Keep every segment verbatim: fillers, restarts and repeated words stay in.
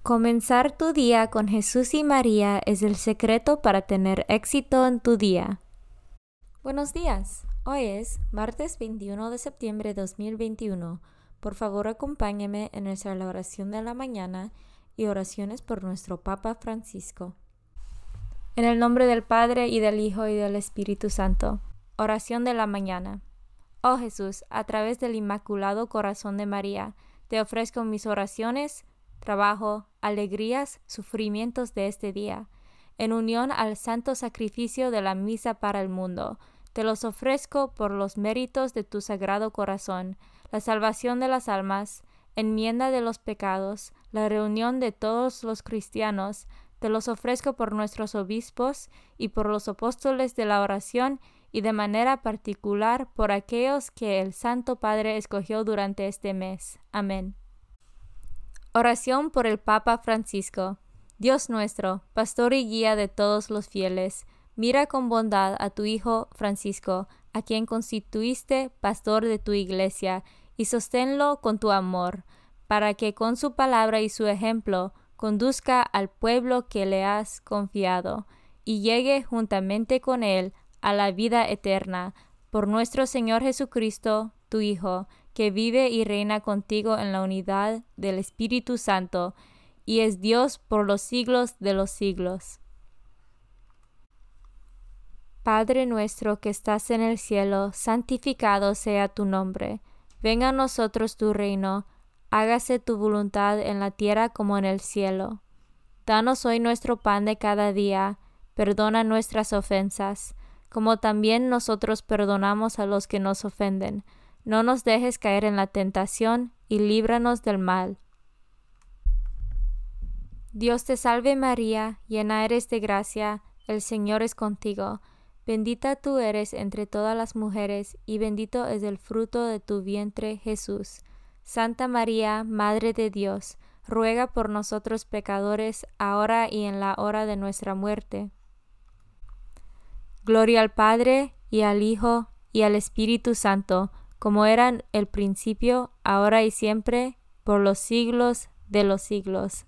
Comenzar tu día con Jesús y María es el secreto para tener éxito en tu día. Buenos días. Hoy es martes veintiuno de septiembre de dos mil veintiuno. Por favor, acompáñame en nuestra oración de la mañana y oraciones por nuestro Papa Francisco. En el nombre del Padre, y del Hijo, y del Espíritu Santo. Oración de la mañana. Oh Jesús, a través del Inmaculado Corazón de María, te ofrezco mis oraciones, trabajo, alegrías, sufrimientos de este día. En unión al santo sacrificio de la misa para el mundo, te los ofrezco por los méritos de tu Sagrado Corazón, la salvación de las almas, enmienda de los pecados, la reunión de todos los cristianos. Te los ofrezco por nuestros obispos y por los apóstoles de la oración, y de manera particular por aquellos que el Santo Padre escogió durante este mes. Amén. Oración por el Papa Francisco. Dios nuestro, pastor y guía de todos los fieles, mira con bondad a tu Hijo Francisco, a quien constituiste pastor de tu Iglesia, y sosténlo con tu amor, para que con su palabra y su ejemplo conduzca al pueblo que le has confiado, y llegue juntamente con él a la vida eterna, por nuestro Señor Jesucristo, tu Hijo, que vive y reina contigo en la unidad del Espíritu Santo, y es Dios por los siglos de los siglos. Padre nuestro que estás en el cielo, santificado sea tu nombre. Venga a nosotros tu reino, hágase tu voluntad en la tierra como en el cielo. Danos hoy nuestro pan de cada día, perdona nuestras ofensas, como también nosotros perdonamos a los que nos ofenden. No nos dejes caer en la tentación, y líbranos del mal. Dios te salve María, llena eres de gracia, el Señor es contigo. Bendita tú eres entre todas las mujeres, y bendito es el fruto de tu vientre, Jesús. Santa María, Madre de Dios, ruega por nosotros pecadores, ahora y en la hora de nuestra muerte. Gloria al Padre, y al Hijo, y al Espíritu Santo, como era en el principio, ahora y siempre, por los siglos de los siglos.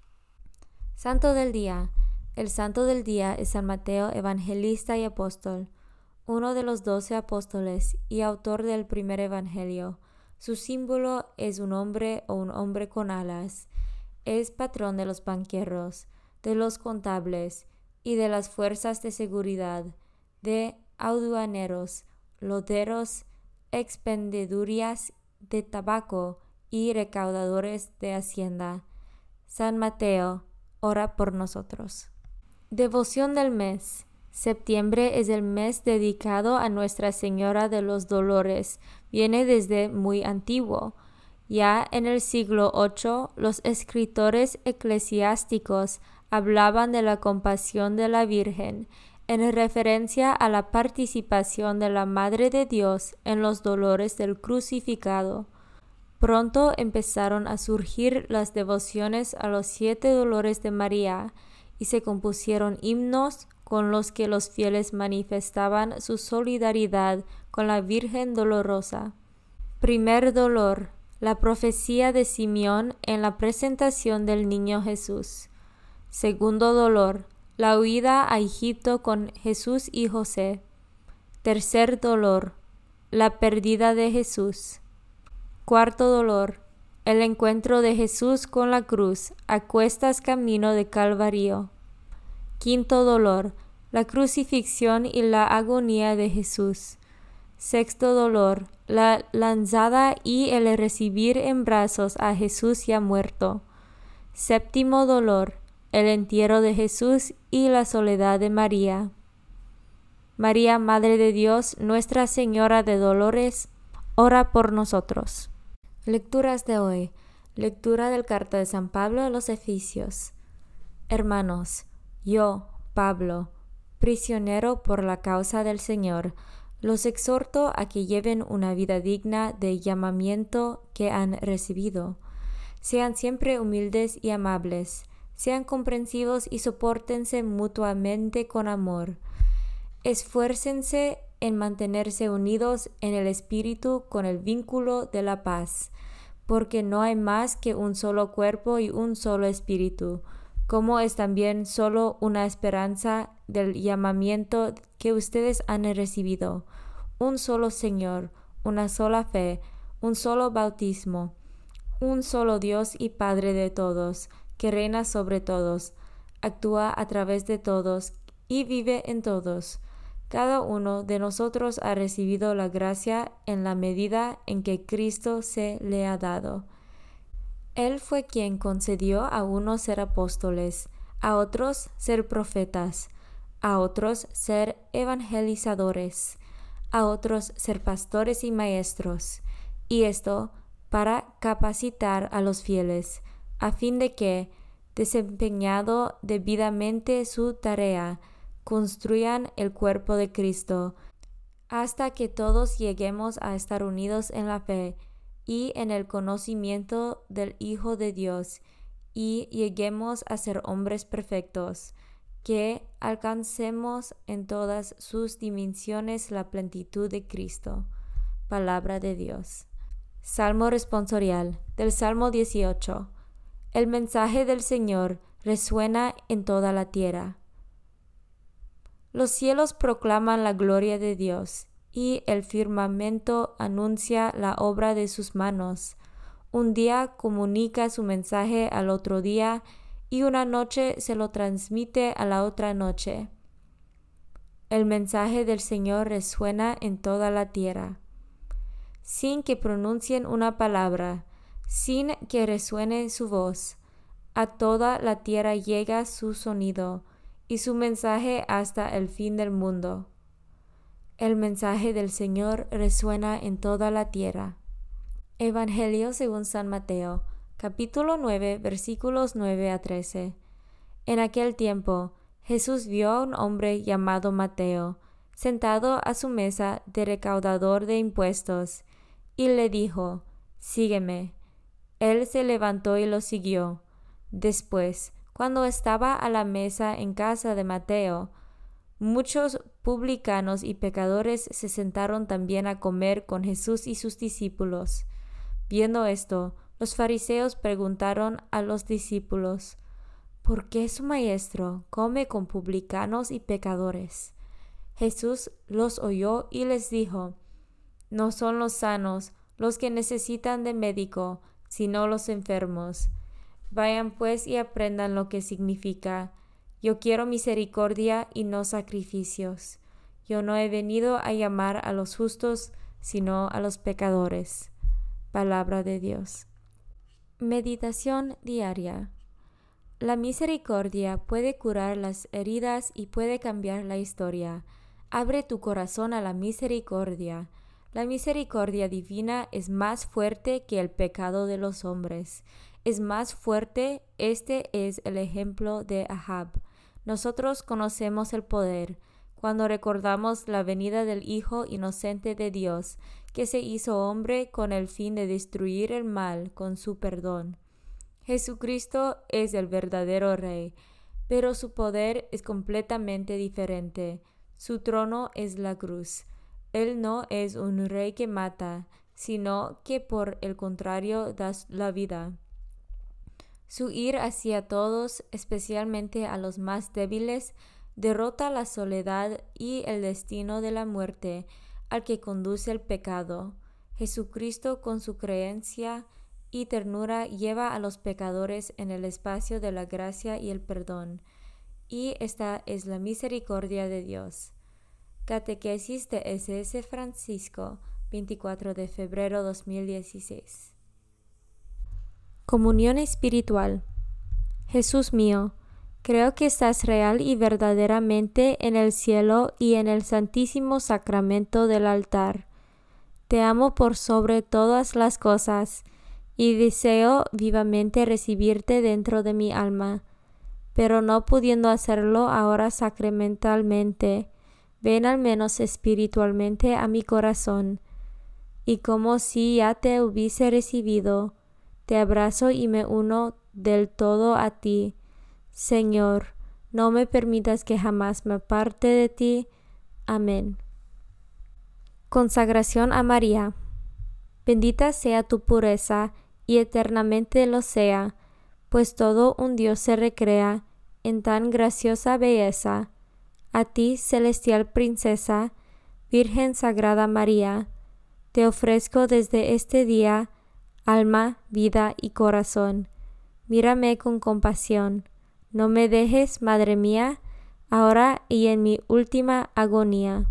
Santo del Día. El Santo del Día es San Mateo, evangelista y apóstol, uno de los doce apóstoles y autor del primer evangelio. Su símbolo es un hombre o un hombre con alas. Es patrón de los banqueros, de los contables y de las fuerzas de seguridad, de aduaneros, loderos, expendedurias de tabaco y recaudadores de hacienda. San Mateo, ora por nosotros. Devoción del mes. Septiembre es el mes dedicado a Nuestra Señora de los Dolores. Viene desde muy antiguo. Ya en el siglo octavo, los escritores eclesiásticos hablaban de la compasión de la Virgen, en referencia a la participación de la Madre de Dios en los dolores del crucificado. Pronto empezaron a surgir las devociones a los siete dolores de María, y se compusieron himnos con los que los fieles manifestaban su solidaridad con la Virgen Dolorosa. Primer dolor: la profecía de Simeón en la presentación del niño Jesús. Segundo dolor: la huida a Egipto con Jesús y José. Tercer dolor: la pérdida de Jesús. Cuarto dolor: el encuentro de Jesús con la cruz a cuestas camino de Calvario. Quinto dolor: la crucifixión y la agonía de Jesús. Sexto dolor: la lanzada y el recibir en brazos a Jesús ya muerto. Séptimo dolor: el entierro de Jesús y la soledad de María. María, Madre de Dios, Nuestra Señora de Dolores, ora por nosotros. Lecturas de hoy. Lectura del Carta de San Pablo a los Efesios. Hermanos, yo, Pablo, prisionero por la causa del Señor, los exhorto a que lleven una vida digna del llamamiento que han recibido. Sean siempre humildes y amables, sean comprensivos y sopórtense mutuamente con amor. Esfuércense en mantenerse unidos en el espíritu con el vínculo de la paz, porque no hay más que un solo cuerpo y un solo espíritu, como es también solo una esperanza del llamamiento que ustedes han recibido, un solo Señor, una sola fe, un solo bautismo, un solo Dios y Padre de todos, que reina sobre todos, actúa a través de todos y vive en todos. Cada uno de nosotros ha recibido la gracia en la medida en que Cristo se le ha dado. Él fue quien concedió a unos ser apóstoles, a otros ser profetas, a otros ser evangelizadores, a otros ser pastores y maestros, y esto para capacitar a los fieles, a fin de que, desempeñado debidamente su tarea, construyan el cuerpo de Cristo, hasta que todos lleguemos a estar unidos en la fe y en el conocimiento del Hijo de Dios, y lleguemos a ser hombres perfectos, que alcancemos en todas sus dimensiones la plenitud de Cristo. Palabra de Dios. Salmo responsorial del Salmo dieciocho. El mensaje del Señor resuena en toda la tierra. Los cielos proclaman la gloria de Dios, y el firmamento anuncia la obra de sus manos. Un día comunica su mensaje al otro día, y una noche se lo transmite a la otra noche. El mensaje del Señor resuena en toda la tierra. Sin que pronuncien una palabra, sin que resuene su voz, a toda la tierra llega su sonido, y su mensaje hasta el fin del mundo. El mensaje del Señor resuena en toda la tierra. Evangelio según San Mateo, capítulo nueve, versículos nueve a trece. En aquel tiempo, Jesús vio a un hombre llamado Mateo, sentado a su mesa de recaudador de impuestos, y le dijo: «Sígueme». Él se levantó y lo siguió. Después, cuando estaba a la mesa en casa de Mateo, muchos publicanos y pecadores se sentaron también a comer con Jesús y sus discípulos. Viendo esto, los fariseos preguntaron a los discípulos: «¿Por qué su maestro come con publicanos y pecadores?». Jesús los oyó y les dijo: «No son los sanos los que necesitan de médico, sino los enfermos. Vayan pues y aprendan lo que significa: yo quiero misericordia y no sacrificios. Yo no he venido a llamar a los justos, sino a los pecadores». Palabra de Dios. Meditación diaria. La misericordia puede curar las heridas y puede cambiar la historia. Abre tu corazón a la misericordia. La misericordia divina es más fuerte que el pecado de los hombres. Es más fuerte. Este es el ejemplo de Ahab. Nosotros conocemos el poder cuando recordamos la venida del Hijo inocente de Dios, que se hizo hombre con el fin de destruir el mal con su perdón. Jesucristo es el verdadero Rey, pero su poder es completamente diferente. Su trono es la cruz. Él no es un rey que mata, sino que por el contrario da la vida. Su ir hacia todos, especialmente a los más débiles, derrota la soledad y el destino de la muerte al que conduce el pecado. Jesucristo, con su creencia y ternura, lleva a los pecadores en el espacio de la gracia y el perdón. Y esta es la misericordia de Dios. Catequesis de S S Francisco, veinticuatro de febrero de dos mil dieciséis. Comunión espiritual. Jesús mío, creo que estás real y verdaderamente en el cielo y en el santísimo sacramento del altar. Te amo por sobre todas las cosas y deseo vivamente recibirte dentro de mi alma, pero no pudiendo hacerlo ahora sacramentalmente, ven al menos espiritualmente a mi corazón, y como si ya te hubiese recibido, te abrazo y me uno del todo a ti. Señor, no me permitas que jamás me aparte de ti. Amén. Consagración a María. Bendita sea tu pureza y eternamente lo sea, pues todo un Dios se recrea en tan graciosa belleza. A ti, celestial princesa, Virgen Sagrada María, te ofrezco desde este día alma, vida y corazón. Mírame con compasión. No me dejes, Madre mía, ahora y en mi última agonía.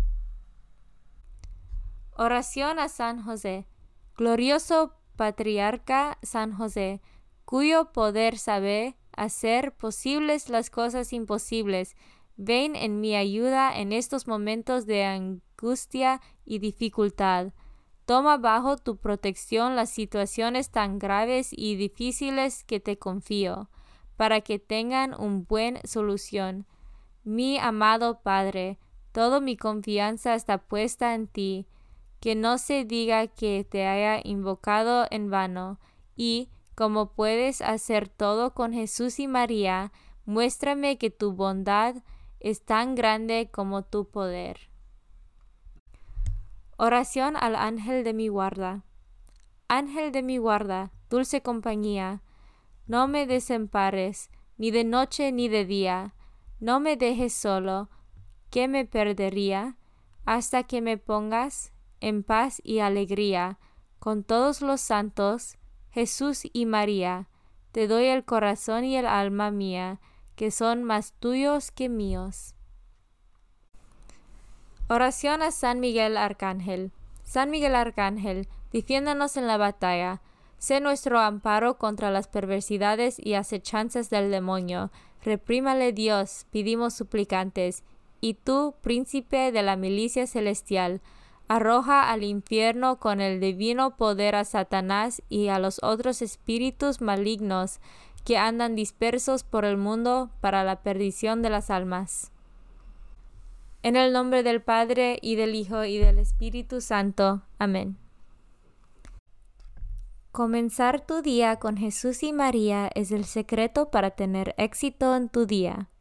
Oración a San José. Glorioso Patriarca San José, cuyo poder sabe hacer posibles las cosas imposibles, ven en mi ayuda en estos momentos de angustia y dificultad. Toma bajo tu protección las situaciones tan graves y difíciles que te confío, para que tengan una buena solución. Mi amado Padre, toda mi confianza está puesta en ti. Que no se diga que te haya invocado en vano, y, como puedes hacer todo con Jesús y María, muéstrame que tu bondad es tan grande como tu poder. Oración al ángel de mi guarda. Ángel de mi guarda, dulce compañía, no me desampares, ni de noche ni de día, no me dejes solo, que me perdería, hasta que me pongas en paz y alegría, con todos los santos, Jesús y María, te doy el corazón y el alma mía, que son más tuyos que míos. Oración a San Miguel Arcángel. San Miguel Arcángel, defiéndanos en la batalla, sé nuestro amparo contra las perversidades y acechanzas del demonio, reprímale Dios, pedimos suplicantes, y tú, príncipe de la milicia celestial, arroja al infierno con el divino poder a Satanás y a los otros espíritus malignos que andan dispersos por el mundo para la perdición de las almas. En el nombre del Padre, y del Hijo, y del Espíritu Santo. Amén. Comenzar tu día con Jesús y María es el secreto para tener éxito en tu día.